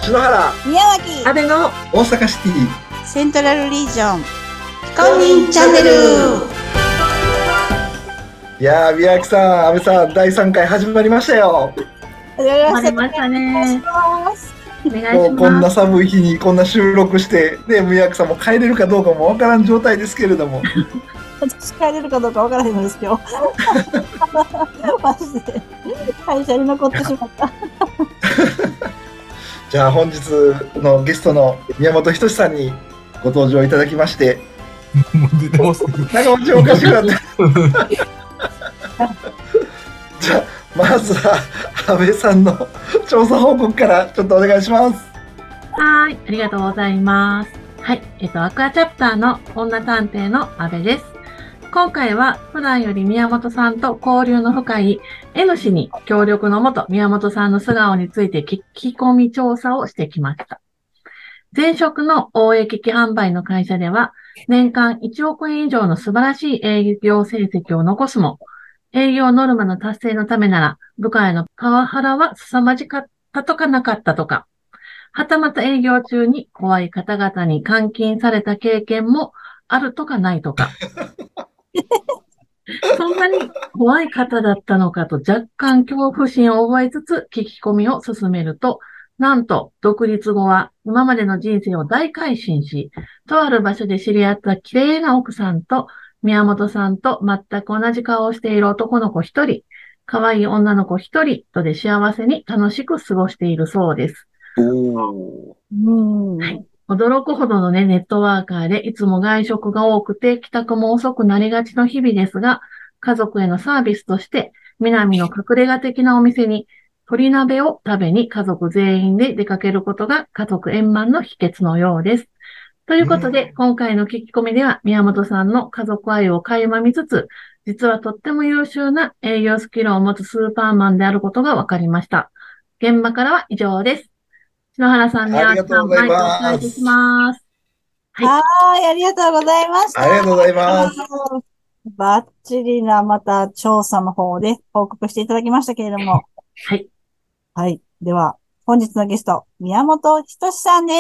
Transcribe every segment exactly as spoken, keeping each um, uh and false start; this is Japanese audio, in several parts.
篠原宮脇阿部の大阪シティセントラルリージョン非公認チャンネル。 いやー、宮脇さん、阿部さん、だいさんかい始まりましたよ。 始まりましたね。お願いします。 もうこんな寒い日にこんな収録してね、宮脇さんも帰れるかどうかもわからん状態ですけれども私帰れるかどうかわからへんのです今日マジで会社に残ってしまったじゃあ本日のゲストの宮本仁さんにご登場いただきましてもう出てますなんかもちろんおかしくなってじゃあまずは阿部さんの調査報告からちょっとお願いします。 はい、ありがとうございます。はい、えっと、アクアチャプターの女探偵の阿部です。今回は普段より宮本さんと交流の深い N 氏に協力のもと宮本さんの素顔について聞き込み調査をしてきました。前職の大江機器販売の会社では年間いちおくえん以上の素晴らしい営業成績を残すも営業ノルマの達成のためなら部下へのパワハラは凄まじかったとかなかったとか、はたまた営業中に怖い方々に監禁された経験もあるとかないとか。そんなに怖い方だったのかと若干恐怖心を覚えつつ聞き込みを進めると、なんと独立後は今までの人生を大改心し、とある場所で知り合った綺麗な奥さんと宮本さんと全く同じ顔をしている男の子一人、可愛い女の子一人とで幸せに楽しく過ごしているそうです。 おうん、 はい、驚くほどのね、ネットワーカーでいつも外食が多くて帰宅も遅くなりがちの日々ですが、家族へのサービスとして、南の隠れ家的なお店に鶏鍋を食べに家族全員で出かけることが家族円満の秘訣のようです。ということで、今回の聞き込みでは宮本さんの家族愛を垣間見つつ、実はとっても優秀な営業スキルを持つスーパーマンであることが分かりました。現場からは以上です。篠原さん、宮脇さん、マイクをお願いします。 はい、はい、ありがとうございました。 ありがとうございます。 バッチリな、また調査の方で報告していただきましたけれども。 はい。 はい。では、本日のゲスト、宮本仁さんです。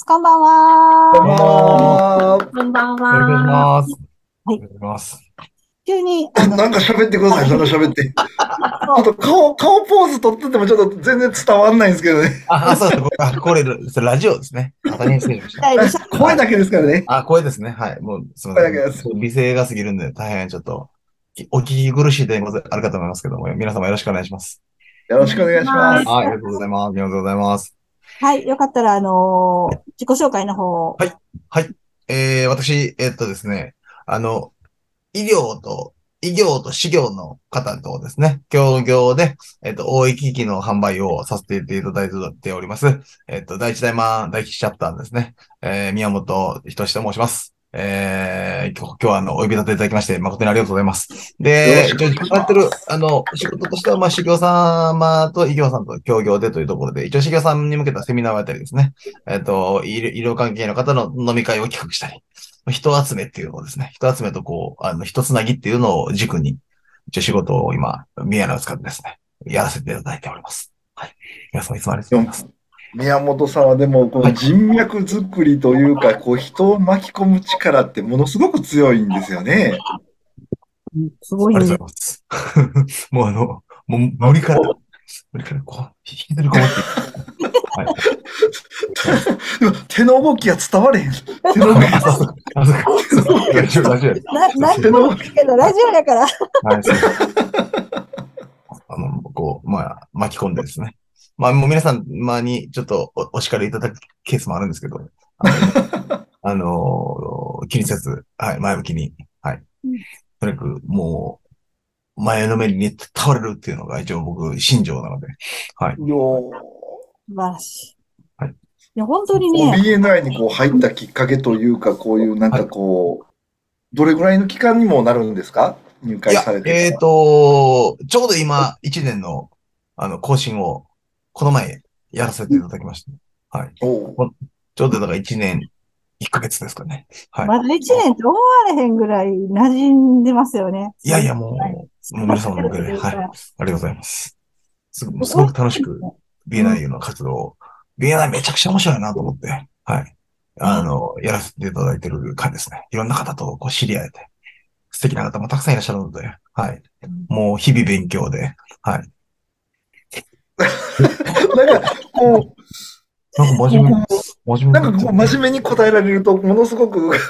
こんばんは。 こんばんは。 こんばんは。 お願いします。 はい。 お願いします。 急に、 なんか喋ってください、なんか喋って。あと顔、顔ポーズ取っててもちょっと全然伝わんないんですけどね。 あ、そうです。あ、これ、それラジオですね。当たりに失礼しました。 声だけですからね。 あ、声ですね。はい。もう、すみません。美声が過ぎるんで、大変ちょっと、お聞き苦しい点があるかと思いますけども、皆様よろしくお願いします。 よろしくお願いします。 はい、ありがとうございます。ありがとうございます。 はい。よかったら、あのー、自己紹介の方を。 はい。はい。えー、私、えっとですね、あの、医療と、医業と事業の方とですね、協業で、えっと、大井機器の販売をさせていただいております。えっと、第一大マン大機器チャプターですね。えー、宮本仁と申します。えー、今日、今日はあの、お呼び立ていただきまして、誠にありがとうございます。で、一応、やってる、あの、仕事としては、まあ、事業様と医業さんと協業でというところで、一応、事業さんに向けたセミナーをやったりですね、えっと、医療関係の方の飲み会を企画したり、人集めっていうのをですね、人集めとこう、あの、人つなぎっていうのを軸に、一応仕事を今、宮野を使ってですね、やらせていただいております。はい。皆さんいつもありがとうございます。 宮本さんはでも、この人脈作りというか、はい、こう、人を巻き込む力ってものすごく強いんですよね。 すごい、 ね。ありがとうございます。もうあの、もう無理から、無理からこう、引きずり込まってはい。 手の動きは伝われへん。手の動き。あ、そうそう。あ、そうか。ラジオ、ラジオ。 な、手の動きけど、ラジオやから。はい、そう。 あの、こう、まあ、巻き込んでですね。まあ、もう皆さん、まあに、ちょっとお、お叱りいただくケースもあるんですけど、あの、あの気にせず、はい、前向きに、はい。とにかく、もう、前のめりに倒れるっていうのが一応僕、信条なので、はい。 よ素晴らしい。 はい。いや、本当にね。 ビーエヌアイ にこう入ったきっかけというか、こういうなんかこう、はい、どれぐらいの期間にもなるんですか？入会されて。 えっと、ちょうど今、いちねんの、あの、更新を、この前、やらせていただきました。はい。ちょうどだからいちねんいっかげつですかね。はい。 まだいちねんって思われへんぐらい馴染んでますよね。 いやいや、もう、はい、もう皆様のおかげで、はい。ありがとうございます。すごすごく楽しく、ビーエヌアイ の活動をビエナめちゃくちゃ面白いなと思って、はい。あの、やらせていただいてる感じですね。いろんな方とこう知り合えて、素敵な方もたくさんいらっしゃるので、はい。もう日々勉強で、はい。 なんか、こなんかう、 真面目、 こう、 真面目なんかこう、真面目に答えられると、ものすごくはい。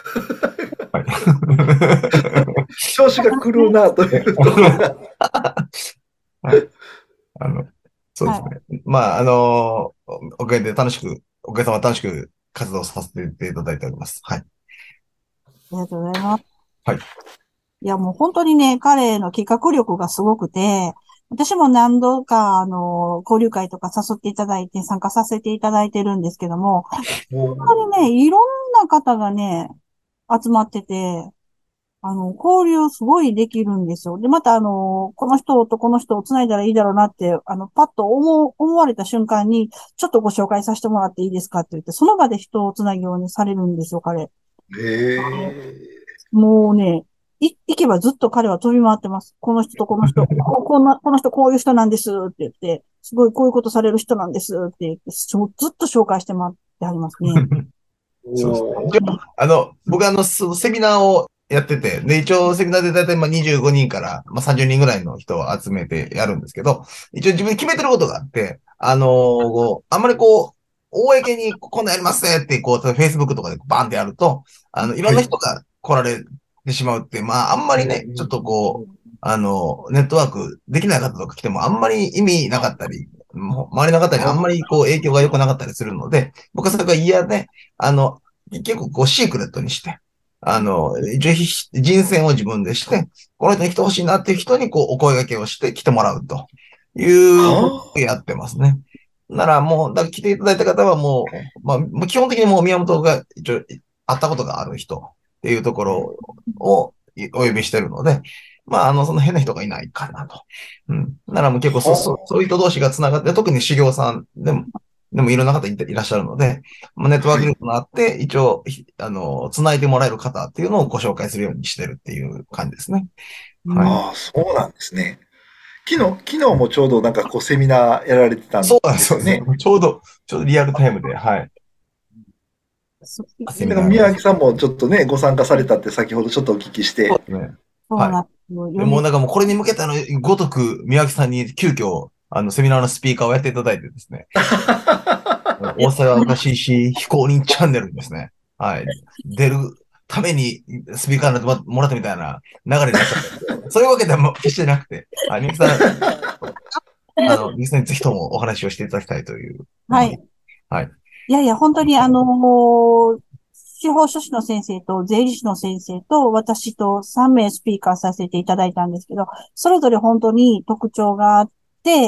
調子が狂うな、というところが。 はい。あの、そうではい。 すね。まあ、あのおおかげで楽しく、おかげさまで楽しく活動させていただいております。はい。 ありがとうございます。 はい。 いや、もう本当にね、彼の企画力がすごくて、私も何度か、あの、交流会とか誘っていただいて参加させていただいてるんですけども、本当にね、いろんな方がね、集まってて、あの、交流すごいできるんですよ。で、またあの、この人とこの人を繋いだらいいだろうなって、あの、パッと思う、思われた瞬間に、ちょっとご紹介させてもらっていいですかって言って、その場で人を繋ぐようにされるんですよ、彼。 へえ。 もうね、い、行けばずっと彼は飛び回ってます。この人とこの人、ここんな、この人こういう人なんですって言って、すごいこういうことされる人なんですって言って、しょずっと紹介してもらってありますね。 そうですね。一応、 おー。 あの、僕あの、そのセミナーをやってて、で、一応セミナーでだいたいまあにじゅうごにんから、まあ、さんじゅうにんぐらいの人を集めてやるんですけど、一応自分で決めてることがあって、あのーこうあんまりこう、公にこんなんやりますねって、こう、Facebook とかでバンってやると、あの、いろんなはい。 人が来られてしまうって、まあ、あんまりね、ちょっとこう、あの、ネットワークできない方とか来てもあんまり意味なかったり、もう周りの方にあんまりこう影響が良くなかったりするので、僕はそれが嫌で、あの、結構こうシークレットにして、あの、一応ひ人選を自分でして、この人に来てほしいなっていう人にこうお声掛けをして来てもらうということはをやってますね。ならもう、だから来ていただいた方はもう、まあ、もう基本的にもう宮本が一応会ったことがある人っていうところをお呼びしてるので、まあ、あの、その変な人がいないかなと。うん。ならもう結構あ。 そ、そ、そういう人同士が繋がって、特に修行さんでも、でもいろんな方いていらっしゃるので、まあネットワーはい。 ク力があって、一応、ひあの、繋いでもらえる方っていうのをご紹介するようにしてるっていう感じですね。はい。 うん。 ああ、そうなんですね。昨日、昨日もちょうどなんかこうセミナーやられてたんそうなんです、そうです。 ですよね。 ちょうど、ちょうどリアルタイムで、はい。 そセミだからナーがです。 宮脇さんもちょっとね、ご参加されたって先ほどちょっとお聞きして。 そうですね。はい。 そうなんですよ。 で読み、 もうなんかもうこれに向けたのごとく、宮脇さんに急遽、あの、セミナーのスピーカーをやっていただいてですね。大いや、 阪 シーシー 非公認チャンネルにですね。はい。出るためにスピーカーになってもらったみたいな流れになっちゃったんですけど、そういうわけでも決してなくて、はい、みゆきさん、あの、みゆきさんにぜひともお話をしていただきたいという思い。 はい。 はい。 いやいや、本当にあのー司法書士の先生と税理士の先生と私とさん名スピーカーさせていただいたんですけど、それぞれ本当に特徴があって、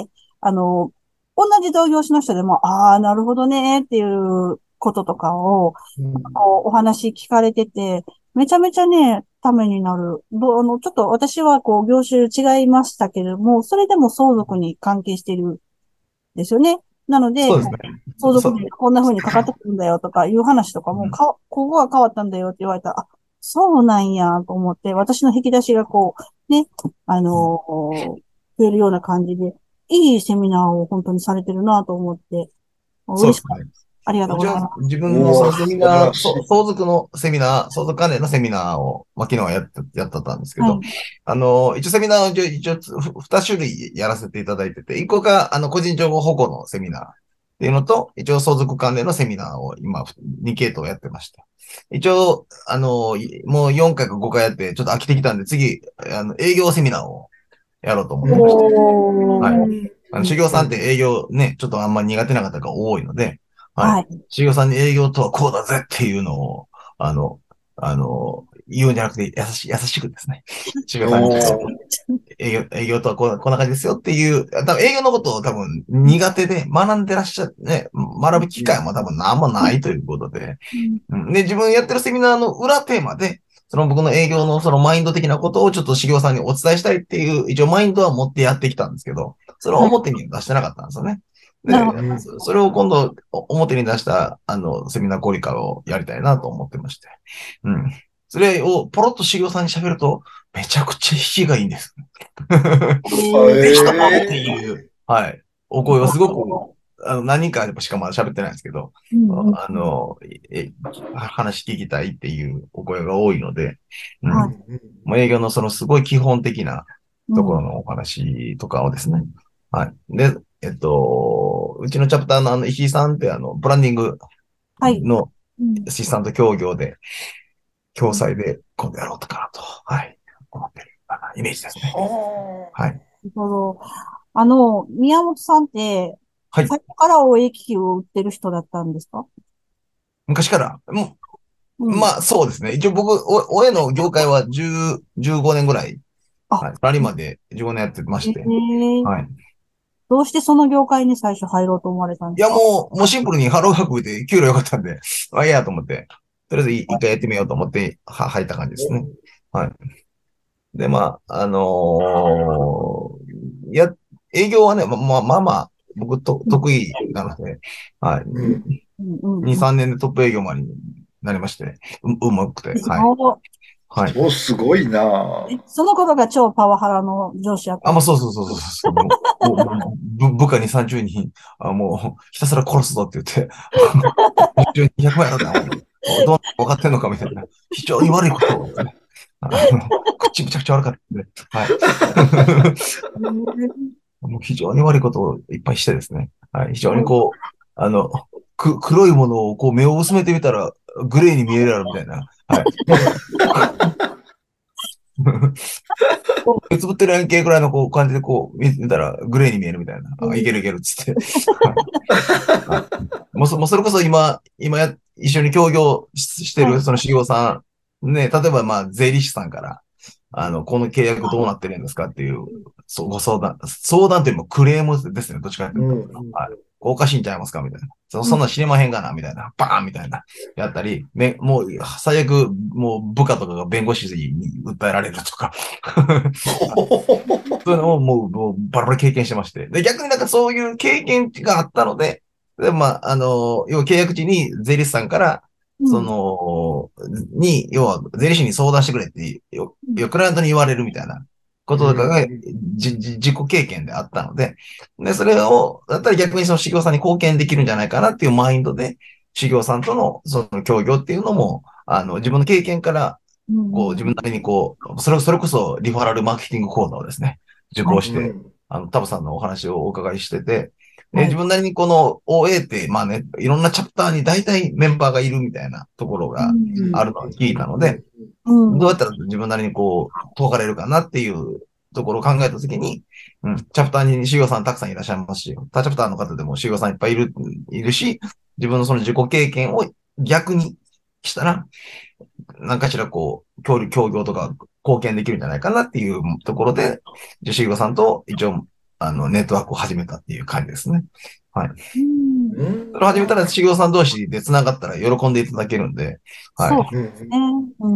あの、同じ同業種の人でも、ああ、なるほどね、っていうこととかを、 うん、 こうお話聞かれてて、めちゃめちゃね、ためになる。どあの、ちょっと私はこう、業種違いましたけれども、それでも相続に関係しているんですよね。なので、 そうですね。 こう相続そ、 でこんな風にかかってくるんだよとかいう話とかも、 うん、 か、ここが変わったんだよって言われたら、あ、そうなんやと思って、私の引き出しがこう、ね、あのー増えるような感じで、いいセミナーを本当にされてるなと思って、嬉しかった。 そうですね。 ありがとうご一応、 ざいます。 自分のおお、 そのセ素ミナー、そ晴らしい。 相続のセミナー、相続関連のセミナーを、まあ、昨日はやって、やってたんですけど、 はい。 あの、一応セミナーを一応、一応ふ二種類やらせていただいてて、一個が、あの、個人情報保護のセミナーっていうのと、一応相続関連のセミナーを今、に系統やってました。一応、あの、もうよんかいかごかいやって、ちょっと飽きてきたんで、次、あの、営業セミナーをやろうと思ってまして。はい。 おー。 あの、修行さんって営業ね、ちょっとあんまり苦手な方が多いので、はい。 はい。 修行さんに営業とはこうだぜっていうのを、あの、あの、言うんじゃなくて優しい、優しくですね。修行さんにちょっとおー。 営業、営業とはこんな、こんな感じですよっていう、多分営業のことを多分苦手で学んでらっしゃる、ね、学ぶ機会も多分何もないということで、うん、で、自分やってるセミナーの裏テーマで、その僕の営業のそのマインド的なことをちょっと修行さんにお伝えしたいっていう、一応マインドは持ってやってきたんですけど、それをはい。 表に出してなかったんですよね。で、 なるほど。 そそれを今度表に出した、あの、セミナー交流会をやりたいなと思ってまして。うん。それをポロッと修行さんに喋ると、めちゃくちゃ引きがいいんです。 えー、 できたってええ。 いう、はい。お声をすごく、 あの、何人かしかまだ喋ってないんですけど、 うんうん、 あの、え、話聞きたいっていうお声が多いので、うはい。 ん。もう営業のそのすごい基本的なうん。 ところのお話とかをですね。はい。で、えっと、うちのチャプターのあの、石井さんってあの、ブランディングはい。 のうん。 アシスタント協業で、共うん。 催で今度やろうかなと、はい、思ってるあイメージですね。 ははい。 なるほど。あの、宮本さんって、 はい。 最初から オーエー 機器を売ってる人だったんですか？ 昔から、もうん。 まあ、そうですね。一応僕、お、親の業界はじゅう、じゅうごねんぐらい、 あ、 はい。サラリーマンでじゅうごねんやってまえして、 え、 はい。 どうしてその業界に最初入ろうと思われたんでいや、 すか？ もう、もうシンプルにハローワークで給料良かったんで、あ、いいやと思って、とりあえずい一回やってみようと思って、は、入った感じですね。はい。で、まあ、あのーや、営業はね、ま、まあまあまあ、僕と、 うん得意なので、はい。 うん。 うんうんに、 うん。 さんねんでトップ営業マンになりまして、う、うまくて、はい。 そはい。 お、すごいなう。え、 ぁ。 そのことが超パワハラの上司だったあ、まあ、 んです。 そうそうそうそうそう。もう、もう、もうぶ部下にさんじゅうにん、あ、もう、ひたすら殺すぞって言って、にじゅう、にひゃくまんやろうか、もう、どう分かってんのかみたいな。非常に悪いことを、ね、あの、口めちゃくちゃ悪かったんで、はい。 えーもう非常に悪いことをいっぱいしてですね。はい。非常にそうこう、あの、く、黒いものをこう目を薄めてみたら、グレーに見えるやろみたいな。はい。目つぶってるやんけぐらいのこう感じでこう見たらグレーに見えるみたいな。あ、いけるいけるっつって。はい。はい。もうそ、もうそれこそ今、今や、一緒に協業ししてはい。 るその修行さん、ね、例えばまあ税理士さんから、あの、この契約どうなってるんですかっていう、そう、ご相談、相談というよりもクレームですね、どっちかというと。 うん。 はい。おかしいんちゃいますかみたいな。そ、 うん。 そんなん知りまへんがなみたいな。バーンみたいな。やったり、め、もう、最悪、もう部下とかが弁護士に訴えられるとか。そういうのをもう、もうバラバラ経験してまして。で、逆になんかそういう経験があったので、で、まあ、あの、要は契約時に税理士さんから、そうん。 の、に、要は税理士に相談してくれって、よ、 うん。 よクライアントに言われるみたいなこととかが、 うん。 じ、じ、自己経験であったので、で、それを、だったら逆にその修行さんに貢献できるんじゃないかなっていうマインドで、修行さんとのその協業っていうのも、あの、自分の経験から、 うこう、 ん。うん。 自分なりにこう、それ、それこそリファラルマーケティング講座をですね、受はい。 講して、 うん。 あの、タブさんのお話をお伺いしてて、で、 はい。 自分なりにこの オーエー って、まあね、いろんなチャプターに大体メンバーがいるみたいなところうがあん。 るのを聞いたので、 うん。 どうやったら自分なりにこう、解かれるかなっていうところを考えたときに、うん、チャプターに修行さんたくさんいらっしゃいますし、他チャプターの方でも修行さんいっぱいいる、いるし、自分のその自己経験を逆にしたら、何かしらこう、協力、協業とか貢献できるんじゃないかなっていうところで、じゃあ、シーゴさんと一応、あの、ネットワークを始めたっていう感じですね。はい。 うん。 うん。 それを始めたら、シーゴさん同士で繋がったら喜んでいただけるんで、はそうい。 ですね。うん。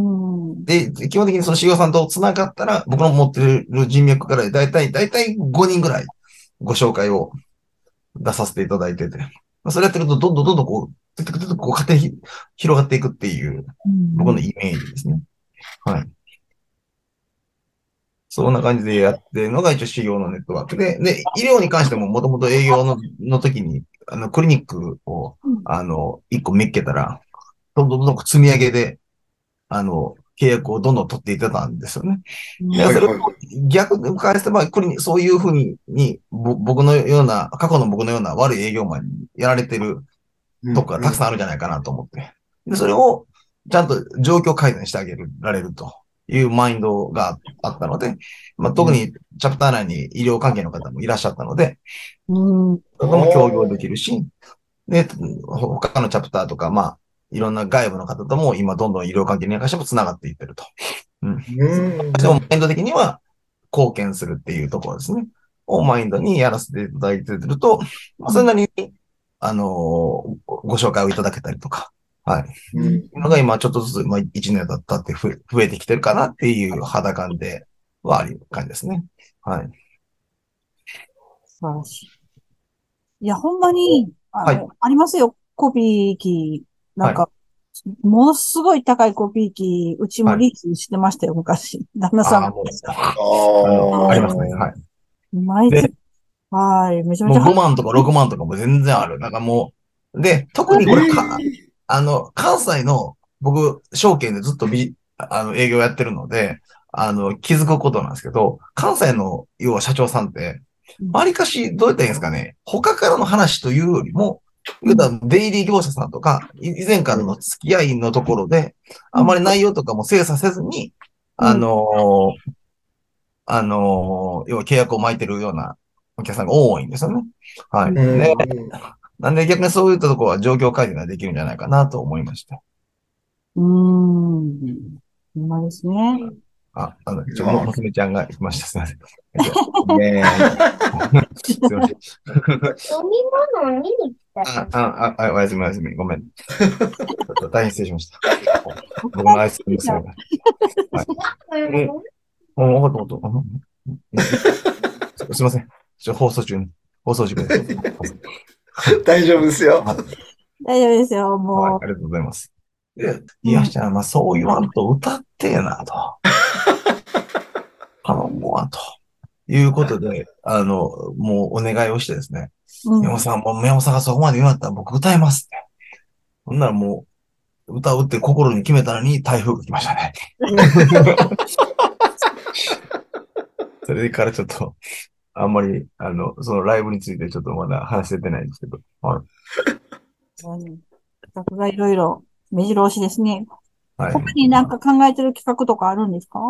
で、基本的にそのシーゴさんと繋がったら、僕の持ってる人脈からだいたい、だいたいごにんぐらいご紹介を出させていただいてて、それやってると、どんどんどんどんこう、トゥトゥトゥトゥこう勝手に広がっていくっていう、 うん。 僕のイメージですね。はい。そんな感じでやってるのが一応修行のネットワークで、で、医療に関してももともと営業の、の時に、あの、クリニックを、 うん。 あの、一個見っけたら、どんどんどんどん積み上げで、あの、契約をどんどん取っていってたんですよね。で、それをはいはい。 逆に返せば、クリニそういうふうに、にぼ僕のような、過去の僕のような悪い営業マンにやられてるうん。 とこがたくさんあるんじゃないかなと思って。で、それをちゃんと状況改善してあげられるというマインドがあったので、まあ、 うん。 特にチャプター内に医療関係の方もいらっしゃったので、 うん。うん。 それとも協業できるし、で、他のチャプターとか、まあ、いろんな外部の方とも今どんどん医療関係に関しても繋がっていってると。うん。 うん。 でもマインド的には貢献するっていうところですね。をマインドにやらせていただいてると、まあ、それなりに、あのーご紹介をいただけたりとか、はい。 うん。 のが今ちょっとずつ、まあ、いちねんだったって増え増えてきてるかなっていう肌感ではある感じですね。はい。 素晴らしい。いや、ほんまに、あはい。 の、ありますよ。コピー機。なはい。 んか、ものすごい高いコピー機、うちもはい。 リースしてましたよ、昔。旦那さんああ、 のもう、 ですか。 あの、ありああ。 ますね。 もはい。 う、毎月で、 はい。めちゃめもうちゃ。 ごまんとかろくまんとかも全然ある。なんかもう、で、特にこれか、あの、関西の僕、証券でずっとビ、あの、営業やってるので、あの、気づくことなんですけど、関西の、要は社長さんって、わりかし、どうやったらいいんですかね、他からの話というよりも、言うたら出入り業者さんとか、い以前からの付き合いのところで、あまり内容とかも精査せずに、あのーあのー要は契約を巻いてるようなお客さんが多いんですよね。はい。 うんで、なんで逆にそういったところは状況改善ができるんじゃないかなと思いました。 うーん。ほんまですね。 あ、あの、ちょ、も、 いや、 娘ちゃんが来ました。すみません。ねえ。すみません。飲み物を見に来た。あ、あ、あ、おやすみおやすみ。ごめん。ちょっと大変失礼しました。僕のアイスクリーム娘が。はい。うん、わかったわかった。うんすすいません。ちょ、放送中に。放送事故です。 大丈夫ですよ。 はい。 大丈夫ですよ、 はい、 もありがとうございます。で、 う。うん。 いやしちゃん、まあそう言わんと歌ってえなと。頼むわと。いうことで、あの、もうお願いをしてですね。 うん。 宮本さん、もう宮本さんがそこまで言われたら僕歌いますって。ほんならもう、歌うって心に決めたのに台風が来ましたね。それからちょっと、あんまり、あの、そのライブについてちょっとまだ話せてないんですけど。はい。 企画がいろいろ目白押しですね。 はい。 他になんか考えてる企画とかあるんですか？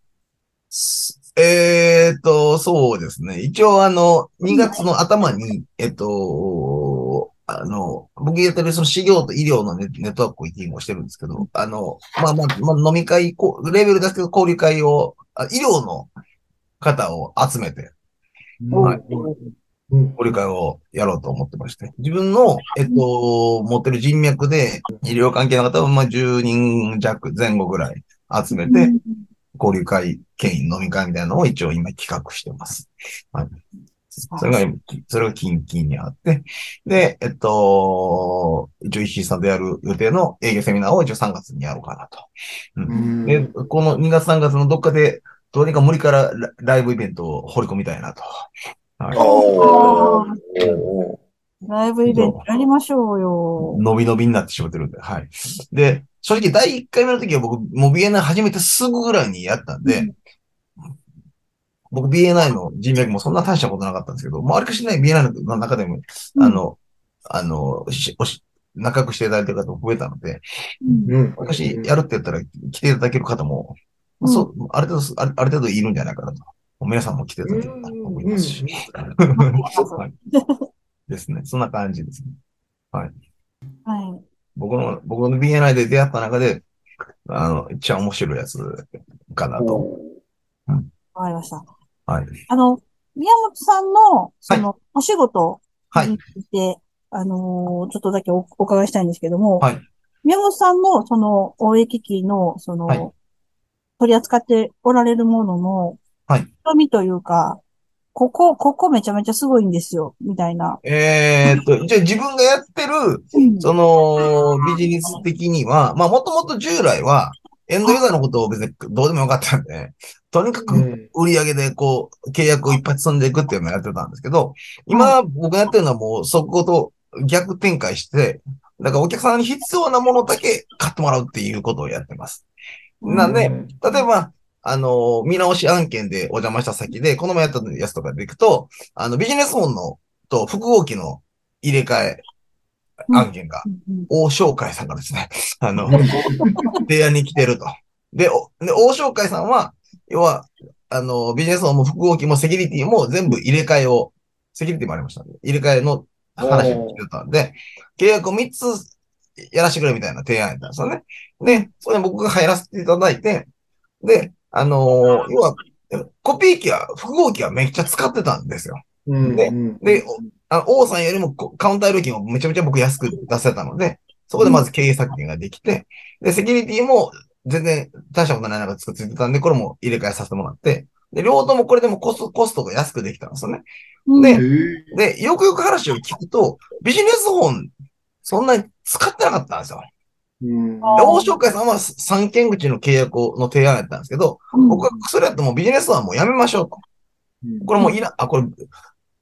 えーっと、そうですね。一応あの、にがつの頭に、えっと、あの、僕やってるその事業と医療のネ、ネットワークを一をしてるんですけど、あの、まあまあ、まあ、飲み会、こうレベルですけど、交流会を、あ医療の方を集めて、はい、交流会をやろうと思ってまして、自分の、えっと、持ってる人脈で、医療関係の方を、まあ、じゅうにん弱前後ぐらい集めて、交流会、兼飲み会みたいなのを一応今企画してます。はい。それが、それが近々にあって、で、えっと、一応石井さんとやる予定の営業セミナーを一応さんがつにやろうかなと。うん。で、このにがつさんがつのどっかで、どうにか無理からラライブイベントを掘り込みたいなと。はい。 おー。 ライブイベントやりましょうよ。 伸び伸びになってしまってるんで、はい。で、正直だいいっかいめの時は僕、もう ビーエヌアイ 始めてすぐぐらいにやったんで、僕 ビーエヌアイ の人脈もそんな大したことなかったんですけど、もうあれかしない ビーエヌアイ の中でも、あの、あの、し、おし、仲良くしていただいてる方も増えたので、 うん。 私やるって言ったら来ていただける方も、 うんそう、ある程度、あるある程度いるんじゃないかなと。皆さんも来ていただけるかと思いますし。はい。ですね。そんな感じですね。はい。 はい。 僕の、僕の ビーエヌアイ で出会った中で、あの、一番面白いやつかなと。うん。 わかりました。 はい。 あの、宮本さんの、そはい。 の、お仕事はい。 について、あのーちょっとだけお、お伺いしたいんですけども、 はい。 宮本さんの、その、応援機器の、そはい。 の、取り扱っておられるものの、 はい。 強みというか、ここ、ここめちゃめちゃすごいんですよ、みたいな。 えーっと、じゃあ自分がやってる、 うん。 その、ビジネス的には、まあ、もともと従来は、エンドユーザーのことを別にどうでもよかったんで、とにかく売り上げでこう、契約を一発積んでいくっていうのをやってたんですけど、今僕がやってるのはもうそこと逆展開して、だからお客さんに必要なものだけ買ってもらうっていうことをやってます。なんで、例えば、あの、見直し案件でお邪魔した先で、この前やったやつとかでいくと、あの、ビジネスモンのと複合機の入れ替え案件が、大商会さんがですね、あの、提案に来てると。で、で大商会さんは、要は、あの、ビジネスモンも複合機もセキュリティも全部入れ替えを、セキュリティもありましたんで、入れ替えの話をしてたんで、契約をみっつやらせてくれみたいな提案やったんですよね。で、それ僕が入らせていただいて、で、あのー、要は、コピー機は、複合機はめっちゃ使ってたんですよ。で、で、あの王さんよりもカウンター料金をめちゃめちゃ僕安く出せたので、そこでまず経営削減ができて、で、セキュリティも全然大したことない中で作ってたんで、これも入れ替えさせてもらって、で、両方ともこれでもコスト、コストが安くできたんですよね。で、で、よくよく話を聞くと、ビジネス本、そんなに使ってなかったんですよ。で、大商会さんは三件口の契約の提案やったんですけど、僕はそれやってもうビジネスはもうやめましょうと。これもういら、あ、これ、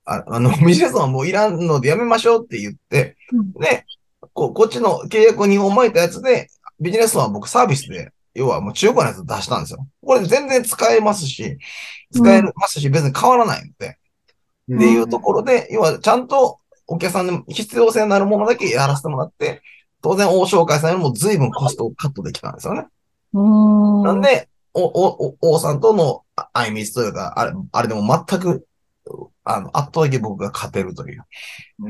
あ、あの、ビジネスマンもういらんのでやめましょうって言って、 うん。 で、こ、こっちの契約をにほん巻いたやつで、ビジネスマンは僕サービスで、要はもう中古のやつ出したんですよ。これ全然使えますし、使えうん。 ますし、別に変わらないので、 うっていうとん。 ころで、要はちゃんとお客さんの必要性のあるものだけやらせてもらって、当然、大紹介さんよりも随分コストをカットできたんですよね。 うん。うん。 なんで、お、お、お、王さんとのあ相見というか、あれ、あれでも全く、あの、圧倒的に僕が勝てるという。 うん。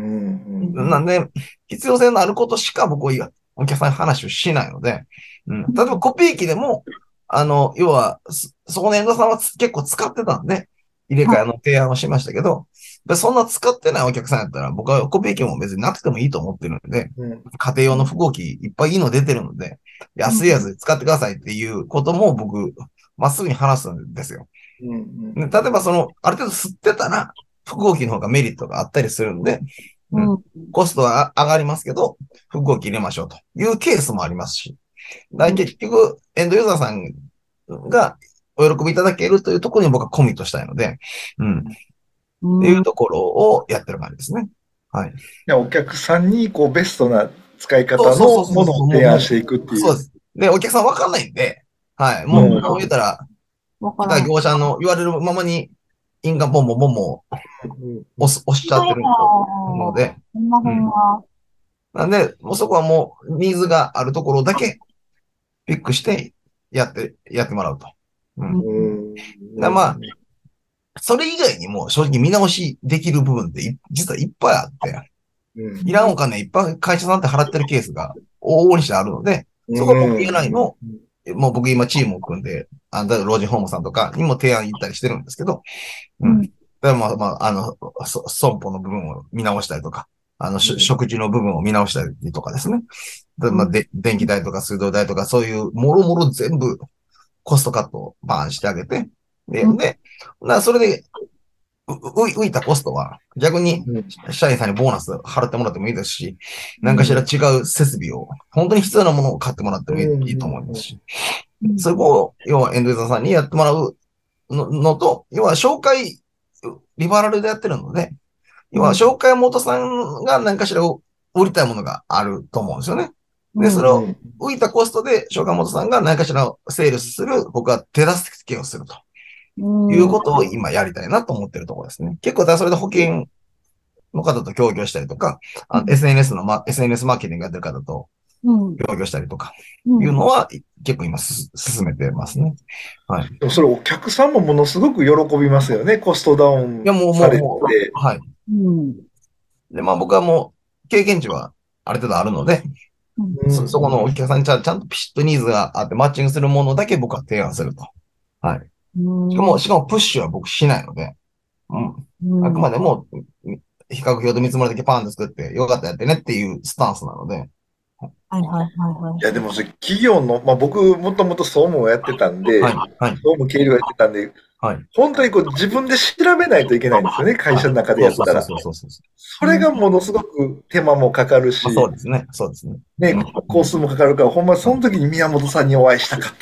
なんで、必要性のあることしか僕はお客さんに話をしないので、うん。例えばコピー機でも、あの、要は、そそこの遠藤さんはつ結構使ってたんで、入れ替えの提案をしましたけど、でそんな使ってないお客さんやったら、僕はコピー機も別になくてもいいと思ってるんで、 うん。 家庭用の複合機いっぱいいいの出てるので、安いやつで使ってくださいっていうことも僕、まっすぐに話すんですよ。 うん。 で例えばその、ある程度吸ってたら、複合機の方がメリットがあったりするんで、うん、 うん。 コストは上がりますけど、複合機入れましょうというケースもありますし、だから結局、エンドユーザーさんがお喜びいただけるというところに僕はコミットしたいので、うん、っていううん。 ところをやってる感じですね。はい。 じゃあお客さんにこうベストな使いそう方そうそうそうそう、 のものをもう、も提案していくってう、 いう。 そうです。で、お客さんわかんないんで、はい。もう、 うん。 もう言ったら、来たわからん。 業者の言われるままに、印鑑ボンボンボンボうんン押す、押しちゃってるので、 ほんまほんうん。 ま。 なんで、もうそこはもう、ニーズがあるところだけピックして、やって、やってもらうと。ううん。 ん。 で、まあ、それ以外にも正直見直しできる部分ってい実はいっぱいあって、いらんお金いっぱい会社さんって払ってるケースが往々にしてあるので、そこは僕 エーナイン の、もう僕今チームを組んで、あの、老人ホームさんとかにも提案行ったりしてるんですけど、うん。 うん。 だからまあ、まあ、あの、そ損保の部分を見直したりとか、あの、し食事の部分を見直したりとかですね。でまあ、で、電気代とか水道代とか、そういう、もろもろ全部コストカットをバーンしてあげて、で、 うん。 で、なそれで、うう浮いたコストは逆に社員さんにボーナス払ってもらってもいいですし、何かしら違う設備を、本当に必要なものを買ってもらってもいいいいと思いますし、 うん。 そこを、要はエンドユーザーさんにやってもらうののと、要は紹介、リファラルでやってるので、要は紹介元さんが何かしら売りたいものがあると思うんですよね。で、それを浮いたコストで紹介元さんが何かしらセールスする、僕は手助けをするということを今やりたいなと思ってるところですね。結構、だからそれで保険の方と協業したりとか、あの エスエヌエス の、ま、エスエヌエス マーケティングやってる方と協業したりとか、いうのは結構今す進めてますね。はい。 でもそれお客さんもものすごく喜びますよね。コストダウンいや、もう、もう、 されて。 もう、はい。 うん。 で、まあ僕はもう、経験値はある程度あるので、 うん。 そ、そこのお客さんにちゃんちゃんとピシッとニーズがあってマッチングするものだけ僕は提案すると。はい。しかも、しかもプッシュは僕しないので、うん。あくまでも、比較表と見積もりだけパーンと作って、よかったらやってねっていうスタンスなので。 はいはいはいはい。 いや、でもそれ企業の、まあ僕もともと総務をやってたんで、 はい、はい。 総務経理をやってたんで、 はい。 本当にこう自分で調べないといけないんですよね。会社の中でやったら。 そうそうそうそう。 それがものすごく手間もかかるし、 まあ、そうですね。そうですね。 ね、コースもかかるから、ほんまその時に宮本さんにお会いしたかった。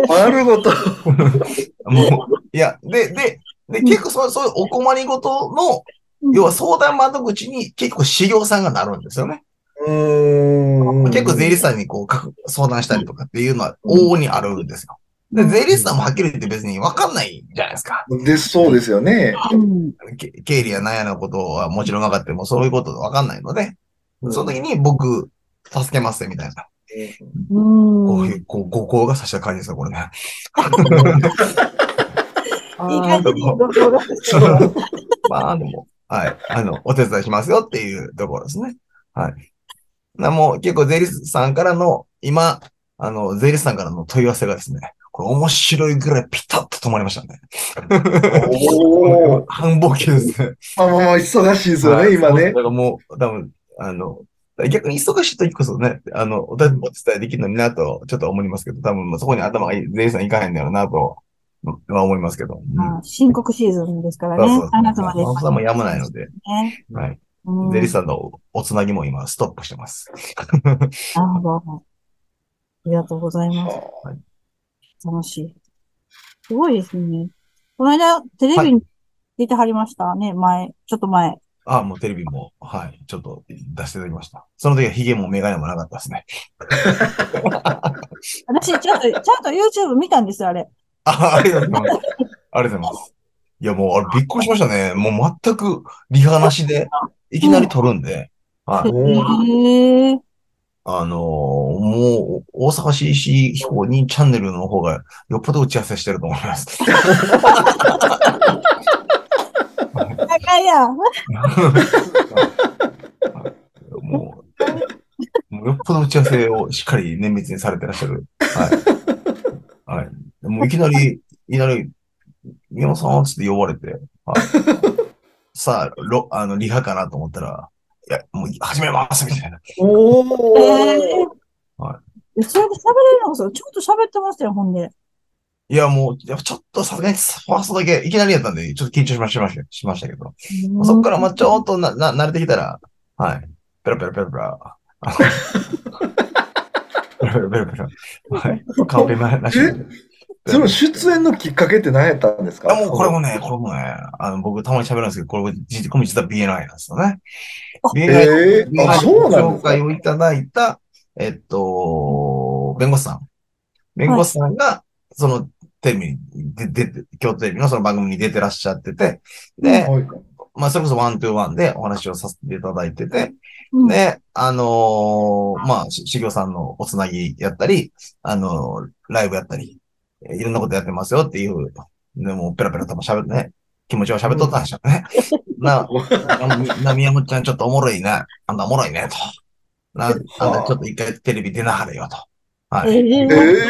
丸ごと。 もう、いや、で、で、で、結構そう、そういうお困りごとの、要は相談窓口に結構修行さんがなるんですよね。 うーん。 結構税理士さんにこう相談したりとかっていうのは往々にあるんですよ。で、税理士さんもはっきり言って別にわかんないじゃないですか。 で、そうですよね。 経理や何やのことはもちろん分かってもそういうことわかんないので、その時に僕、助けますみたいな。こういう、こう、ご行がさした感じですよ、これね。 いい感じにご行がさした。 まあ、でも、はい。あの、お手伝いしますよっていうところですね。はい。なもう結構税理士さんからの、今、あの、税理士さんからの問い合わせがですね、これ面白いぐらいピタッと止まりましたね。おー。繁忙期ですね。 まあまあまあ、忙しいですよね、今ね。 だからもう、多分、あの、逆に忙しい時こそね、あの、お伝えできるのになと、ちょっと思いますけど、多分、そこに頭がいい、税理士さんいかへんだろうなと、は思いますけど。 うん、深刻シーズンですからね。 そうそうそう。 あなたまで。 それもやむないので。 ね、 はい。税理士さんのおつなぎも今、ストップしてます。 なるほど。ありがとうございます。はい、楽しい。すごいですね。この間、テレビに出てはりましたね、前、ちょっと前。 あ、もうテレビも、はい、ちょっと出していただきました。その時はヒゲもメガネもなかったですね。 私、ちゃんと、ちゃんと YouTube 見たんですよ、あれ。 あ、ありがとうございます。ありがとうございます。いや、もう、あれびっくりしましたね。もう全くリハなしで、いきなり撮るんで、はい。 へえ。 あのーもう、大阪 シーシー 飛行にチャンネルの方がよっぽど打ち合わせしてると思います。 高いやん。 もう、もうよっぽど打ち合わせをしっかり綿密にされてらっしゃる。はい。はい。もういきなり、いきなり、宮本さんつって呼ばれて、はい、さあ、ろ、あの、リハかなと思ったら、いや、もう始めますみたいな。 おー。 えー、 はそれで喋れるのか、ちょっと喋ってましたよ、ほんで。 い。いや、もう、やっぱちょっとさすがにファーストだけ、いきなりやったんで、ちょっと緊張しました、しましたけど。そっから、まあ、ちょっとな、な、慣れてきたら、はい。ペラペラペラペラ。ペラペラペラペラ。はい。カンペなしで。 その出演のきっかけって何やったんですか？ あ、もうこれもね、これもね、あの、僕たまに喋るんですけど、これ、実これ実は ビーエヌアイ なんですよね。ビーエヌアイ、 えー、あ、そうなんですか。 紹介をいただいた、えっと、弁護士さん。弁護士さんが、そのテレビに出て、京都テレビのその番組に出てらっしゃってて、で、はい、まあ、それこそワントゥーワンでお話をさせていただいてて、うん、で、あのー、まあ、しげおさんのおつなぎやったり、あのー、ライブやったり、いろんなことやってますよっていう、でもペラペラとも喋ってね、気持ちを喋っとったんでしょうね。うん、な、な、宮本ちゃんちょっとおもろいね。あんたおもろいね、と。な、あんたちょっと一回テレビ出なはれよ、と。はい。えー、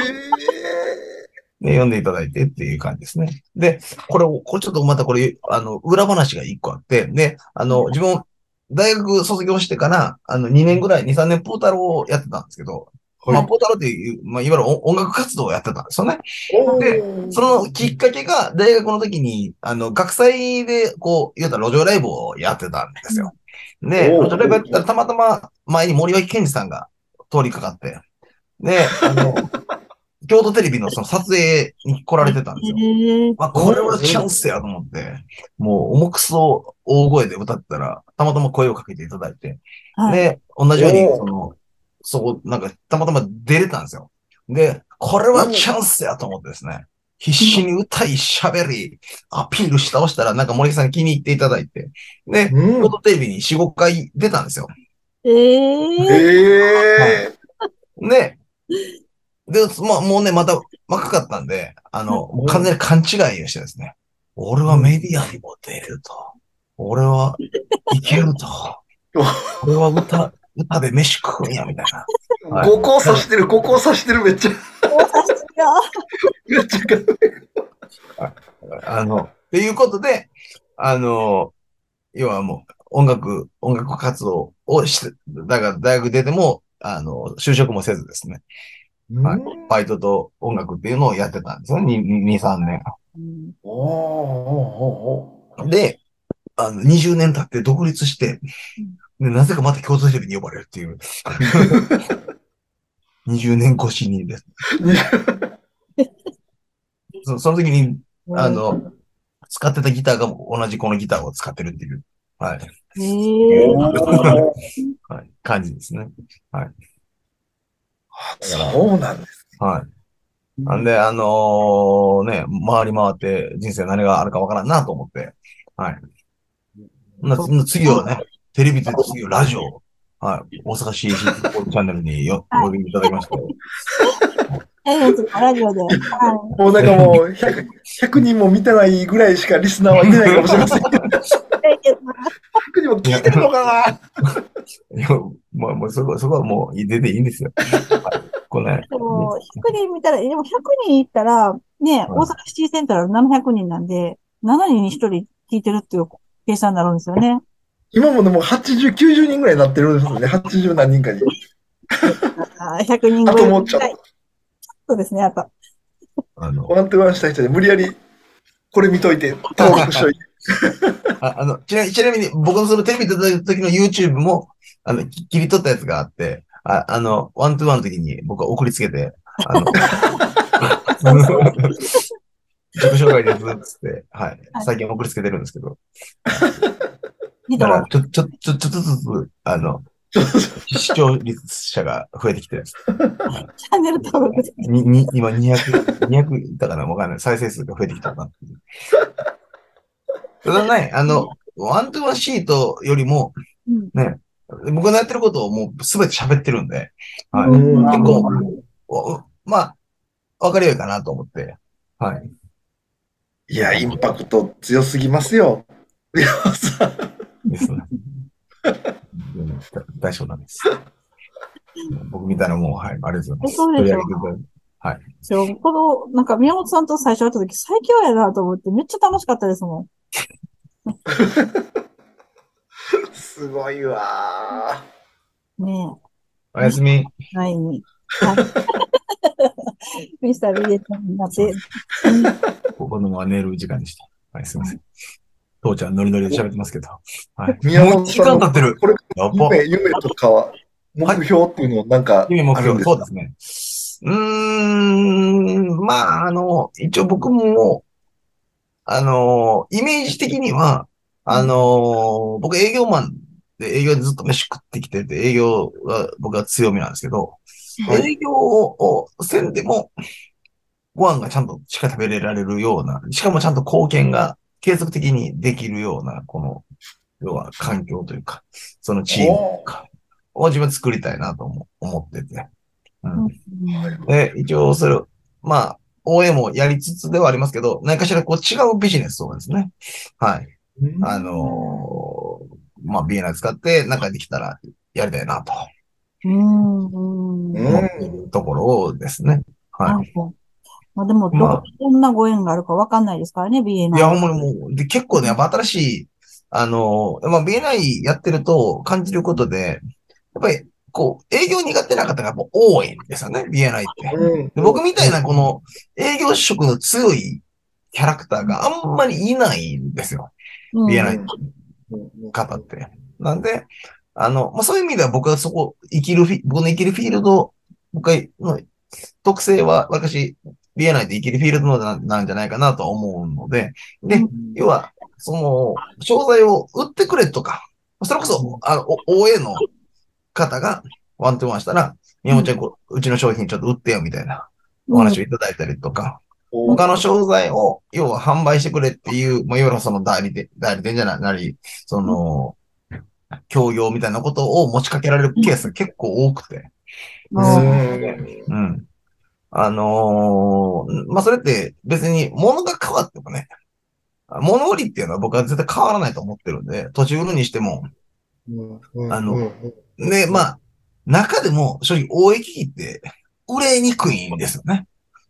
で、読んでいただいてっていう感じですね。で、これを、これちょっとまたこれ、あの、裏話が一個あって、で、あの、自分、大学卒業してから、あの、にねんぐらい、に、さんねんポータルをやってたんですけど、はい、まあ、ポータルっていう、まあ、いわゆる音楽活動をやってたんですよね。で、そのきっかけが、大学の時に、あの、学祭で、こう、言うたら路上ライブをやってたんですよ。で、路上ライブやってたら、たまたま前に森脇健児さんが通りかかって、で、あの、京都テレビのその撮影に来られてたんですよ。まあ、これはチャンスやと思って、もう重くそ大声で歌ったら、たまたま声をかけていただいて、はい、で、同じように、その、そこ、なんか、たまたま出れたんですよ。で、これはチャンスやと思ってですね、必死に歌い、喋り、アピールし倒したら、なんか森木さんに気に入っていただいて、で、京都テレビによん、ごかい出たんですよ。 えー、えー、で、で、まあ、もうね、また若かったんで、あの、もう完全に勘違いをしてですね、俺はメディアにも出ると。俺はいけると。俺は歌、歌で飯食うんや、みたいな。 はい、五光さしてる、五光さしてる、めっちゃ。めっちゃあの、っていうことで、あの、要はもう、音楽、音楽活動をして、だから大学出ても、あの、就職もせずですね。はい、バイトと音楽っていうのをやってたんですよね。に、さんねん。うん、で、あの、にじゅうねん経って独立して、でなぜかまた京都テレビに呼ばれるっていう。にじゅうねん越しにです。そ, その時に、あの、使ってたギターが同じこのギターを使ってるっていう、はい。えー、はい、感じですね。はい。 そうなんですね。はい。なんで、あのー、ね、回り回って人生何があるかわからんなと思って、はい。次はね、テレビで次はラジオ、はい。大阪 シーシー チャンネルによお呼びいただきました。 ええ、ラジオで。はい、 もうなんかもうひゃく、ひゃくにんも見てないぐらいしかリスナーはいてないかもしれませんけど。ひゃくにんも聞いてるのかないや、まあ、もうそこ、そこはもう出ていいんですよ。これ、ね。 でも、ひゃくにん見たら、でもひゃくにんいったら、ね、はい、大阪シティセンターななひゃくにんなんで、しちにんにひとり聞いてるっていう計算になるんですよね。 今もでもはちじゅう、きゅうじゅうにんぐらいになってるんですよね。はちじゅう何人かに。 ひゃくにんぐらい。 あともうちょっと。 そうですね、あと。 あの、ワントゥワンした人で無理やり、これ見といて、登録しといて。 ああのちな、ちなみに、僕のそのテレビ出た時の YouTube も、あの、切り取ったやつがあって、ああの、ワントゥワンの時に僕は送りつけて、あの、 自己紹介です、つって、はい。 はい最近送りつけてるんですけど。 ひどい。 だから、ちょ、ちょ、ちょ、ちょっとずつ、あの、視聴率者が増えてきてるんです。 チャンネル登録で。 に、に、今にひゃく、にひゃくいったかなわかんない。再生数が増えてきたなっていう。ただね、あの、ワントゥワンシートよりも、 うん。 ね、僕のやってることをもうすべて喋ってるんで、はい。 うん結構、おまあ、わかりよいかなと思って、はい。 いや、インパクト強すぎますよ。いや、さ、 ですね。うん大丈夫なんです。僕みたいなもん、はい。ありがとうございます。 そうでしょ。 取り上げていただいて。はい。 そう、この、なんか宮本さんと最初会った時最強やなと思ってめっちゃ楽しかったですもすごいわん。ねおやすみ。 え、ないに。はい。ミスター ビーエス になって、 ここのは寝る時間でした。はい、すいません。父ちゃんノリノリで喋ってますけど。はい。 宮もういち時本さんの、 間経ってる。 これ、 やば。 夢、夢とか、目標っていうのはなんか夢目標。 あるんですか？ そうですね。うーん。まあ、あの、一応僕も、あの、イメージ的には、あの、僕営業マンで営業でずっと飯食ってきてて、営業が僕は強みなんですけど、 はい。 営業をせんでも、ご飯がちゃんとしっかり食べられるような、しかもちゃんと貢献が継続的にできるような、この、要は環境というか、そのチームおー。 かを自分作りたいなと思思ってて。ううんん。で、一応それ、まあ、オーエー もやりつつではありますけど、何かしらこう違うビジネスをですね。はい。あのーまあ、ビーエヌアイ 使なんかできたらやりたいなとうん。うん。 う思っていん。 るところですね。ははい。まあでも、 い。 どこ、 まあ、 どんなご縁があるかわかんないですからね、 いや、ほビーエヌアイ は。 んまにもう、で、結構ね、やっぱ新しい、あの、まあ、ビーエヌアイ やってると感じることで、やっぱり、こう、営業苦手な方がやっぱ多いんですよね、ビーエヌアイ って。 うん。 で、僕みたいなこの営業職の強いキャラクターがあんまりいないんですよ、 うん。 ビーエヌアイうん。 の方って。なんで、あの、まあ、そういう意味では僕はそこ、生きるフィ、僕の生きるフィールド、僕の特性は、私、ビエナイで生きるフィールドのななんじゃないかなと思うので、で、要は、その、商材を売ってくれとか、それこそ、あの、オーエー の方がワントゥーワンしたら、宮本ちゃん、こううちの商品ちょっと売ってよみたいなおうん。 話をいただいたりとか、 お他の商材を、要は販売してくれっていう、まあ、いわゆるその代理店、代理店じゃない、なり、その、協業みたいなことを持ちかけられるケースが結構多くて。 うああ、 ん。 うん。あのーまあ、それって別に物が変わってもね、物売りっていうのは僕は絶対変わらないと思ってるんで、土地売るにしても、あの、で、まあ、中でも正直大駅機って売れにくいんですよね。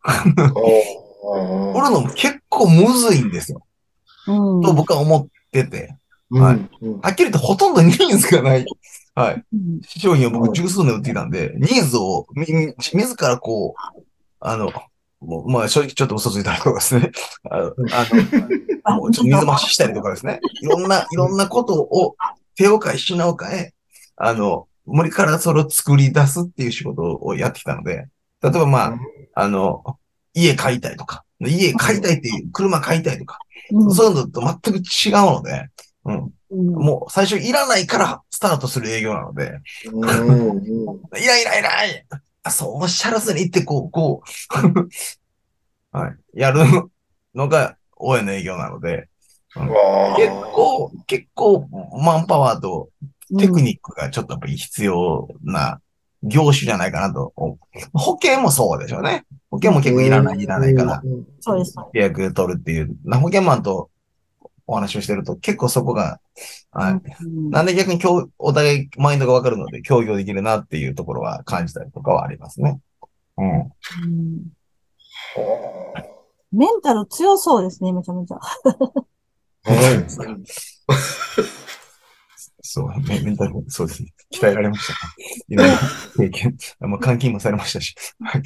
売るのも結構むずいんですよ。 うん。 と僕は思ってて、 うん。 はい。はっきり言ってほとんどニーズがない。はい。 うん。 商品を僕十数年売っていたんで、ニーズをみ、み自らこう、あの、もう、まあ正直ちょっと嘘ついたりとかですね。あの、あのもうちょっと水増ししたりとかですね。いろんな、いろんなことを手を変え品を変え、あの、無理からそれを作り出すっていう仕事をやってきたので、例えばまあ、あの、家買いたいとか、家買いたいっていう、車買いたいとか、 うん。 そういうのと全く違うので、うん。 うん。 もう最初いらないからスタートする営業なので、 うん。 いらいらいらいあそうおっしゃらずに言って、こう、こう、はい。やるのが応援の営業なので、うん、結構、結構、マンパワーとテクニックがちょっとやっぱり必要な業種じゃないかなと。保険もそうでしょうね。保険も結構いらない、いらないから、 そうです。 契約取るっていう。保険マンとお話をしてると結構そこが、はい。 うん。 なんで逆に今日、お互いマインドがわかるので協業できるなっていうところは感じたりとかはありますね。うん。 うん。メンタル強そうですね、めちゃめちゃ。 そう、メメンタル、そうですね。鍛えられました。いろんな経験、まあ、監禁もされましたし。はい。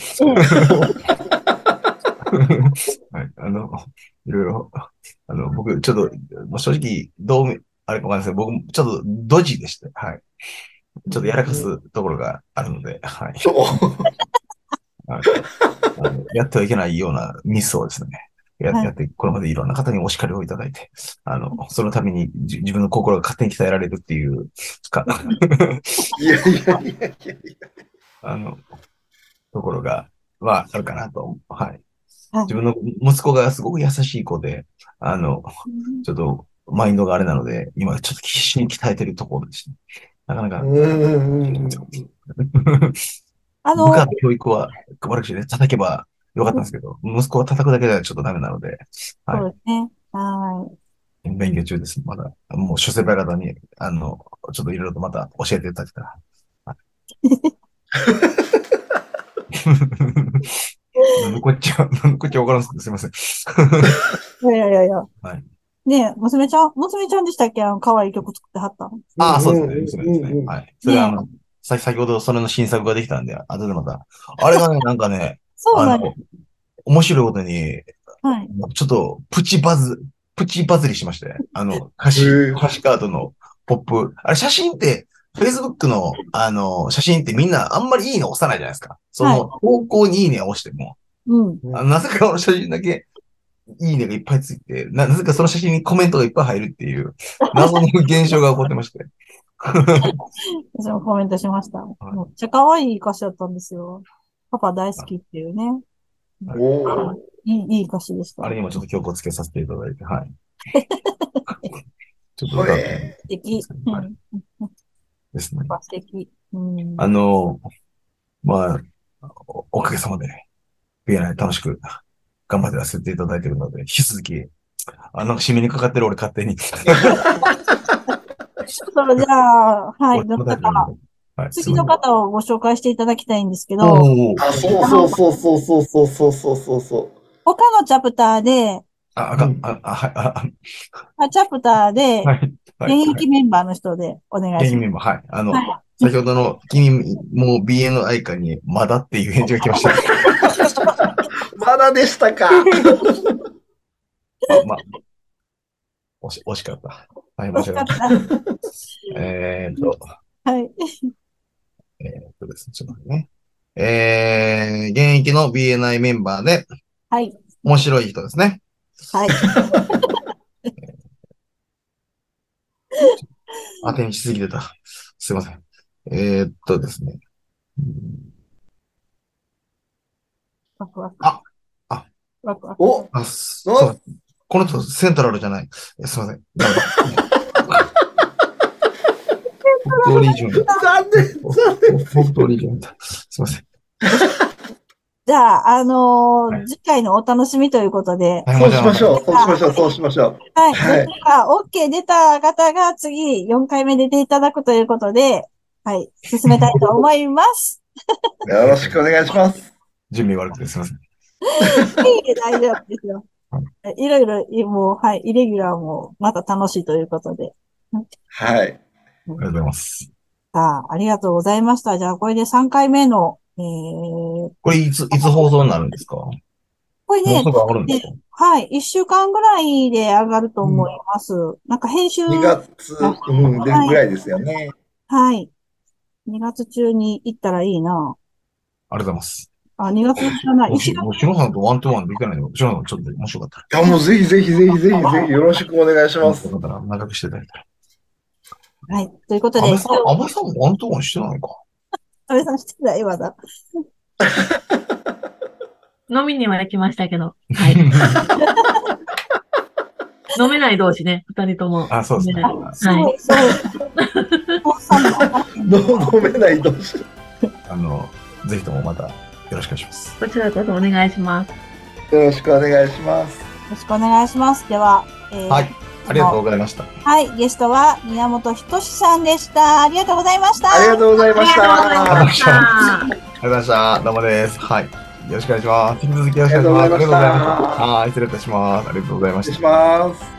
はい。あの、いろいろ、あの、僕、ちょっと、まあ、正直、どう、あれかわかんないですけど、僕もちょっとドジでして、はい。ちょっとやらかすところがあるので、はい。はい、あのやってはいけないようなミスをですね、 や、 はいやって、これまでいろんな方にお叱りをいただいて、あの、そのためにじ自分の心が勝手に鍛えられるっていう、か、 いやいやいやいやいや。 あの、ところが、はあるかなと。はい。 はい。 自分の息子がすごく優しい子で、あの、ちょっと、マインドがあれなので、今ちょっと必死に鍛えてるところですね。なかなか、 うんうんうん。 あの、 部下の教育は、私ね、叩けばよかったんですけど、息子を叩くだけではちょっとダメなので、はそうですね。はい。勉強中です。まだ、もう諸先輩方に、あの、ちょっといろいろとまた教えていただけたら。はいなんでこっちは、なんでこっちはわからんすけど、すいません。 い。いやいやいや。 はい。 ねえ、娘ちゃん、娘ちゃんでしたっけ？あの、可愛い曲作ってはったの。 ああ、そうですね。 うん娘ですね。 うんうん。 はい。それはあねの、さ先ほどそれの新作ができたんで、後でまた。あれがね、なんかね、あの、 そうなんや。 面白いことに、 はい。 ちょっとプチバズ、プチバズりしまして、あの、歌詞、 へえ。 歌詞カードのポップ。あれ写真って、Facebook の、あの、写真ってみんなあんまりいいね押さないじゃないですか。そはい。 の投稿にいいねを押しても、 うん。 あのなぜかこの写真だけいいねがいっぱいついて、ななぜかその写真にコメントがいっぱい入るっていう、謎の現象が起こってまして。 私もコメントしました。めはいっちゃ可愛い歌詞だったんですよ。パパ大好きっていうね。 はいおー。 いい、いい歌詞でした。 あれにもちょっと曲をつけさせていただいて、はい。ちょっとほ歌ってみえ素敵。 ですね。はい。 うん。 ですね。 パパ素敵。うん。 あの、まあ、お、おかげさまで、ビエナ楽しく頑張ってやらせていただいているので、引き続き、あ、なんか締めにかかってる俺勝手に。 それじゃあ、はい。 俺どなたか、 答えてるので。はい、す次のみません。 方をご紹介していただきたいんですけど、 おー。 あ、そうそうそうそうそうそうそうそうそうそ他のチャプターで、 あ、あう。 かん、 うん。 あ、あ、はい、あ、 あチャプターで、 はい、はい、 現はい。 役メンバーの人でお願いしまゲームメンバー、はい。あす。 の、 は先ほどの君も ビーエヌアイ かにまだっていう返事が来ました。 まだでしたか。 ま、ま、惜し、惜しかった。はい、 い。 申し惜しか訳ない。 った。 えーっと、 はい。 えーっとですね、ちょっと待ってね。えー、現役の ビーエヌアイ メンバーではい。 面白い人ですね。 はい。 当てにしすぎてた。すいません。えーっとですね。うんワクワク。 あ、あ、 ワクワク。 お、 あ、すそう。この人セントラルじゃない。えすいません。ダメだ。北東リージョン。 残念、残念。 北東リージョンだ。すいません。 じゃあ、あのーはい次回のお楽しみということで、 はい、 そう申し訳ない。 しましょう、そうしましょう、そうしましょう。 はい。 はいどちらか OK 出た方が次よんかいめ出ていただくということで、はい。進めたいと思います。 よろしくお願いします。 準備悪くてすいません。 いいえ大丈夫ですよ。いろいろ、もう、はい。イレギュラーもまた楽しいということで。 はい。 ありがとうございます。 さあ、ありがとうございました。じゃあ、これでさんかいめの、えー、 これいつ、いつ放送になるんですか？もこれね、 うすぐ上がるんですか？ はい。いっしゅうかんぐらいで上がると思います。なんか編集、 にがつ、うん、で、ぐらいですよね。 はい。にがつ中に行ったらいいな。 ありがとうございます。 あ、にがつじゃない。1 もし、 月、 もしのさんとワントゥーワンでいかないの？しのさんちょっと面白かったら。 いや、もうぜひぜひぜひぜひぜひよろしくお願いします。 よかったら長くしていただいたら。 はい。ということで、 安倍さん、安倍さんもワントゥーワンしてないか。 安倍さんしてないまだ。 飲みには行きましたけど。はい。飲めない同士ね、二人とも。 あ、そうですね。 はい。 そう、そう。もうさんも飲めない同士。 あの、ぜひともまたよろしくお願いします。 こちらこそお願いします。 よろしくお願いします。 よろしくお願いします。では、えーはい。ありがとうございました。 はい。ゲストは宮本仁さんでした。ありがとうございました。 ありがとうございましありがとうございた。 ました。 ありがとうございました。どうもです。はい。よろしくお願いします。引き続きよろしくお願いします。 ありがとうございましたはい。失礼いたします。ありがとうございました失礼し。ます。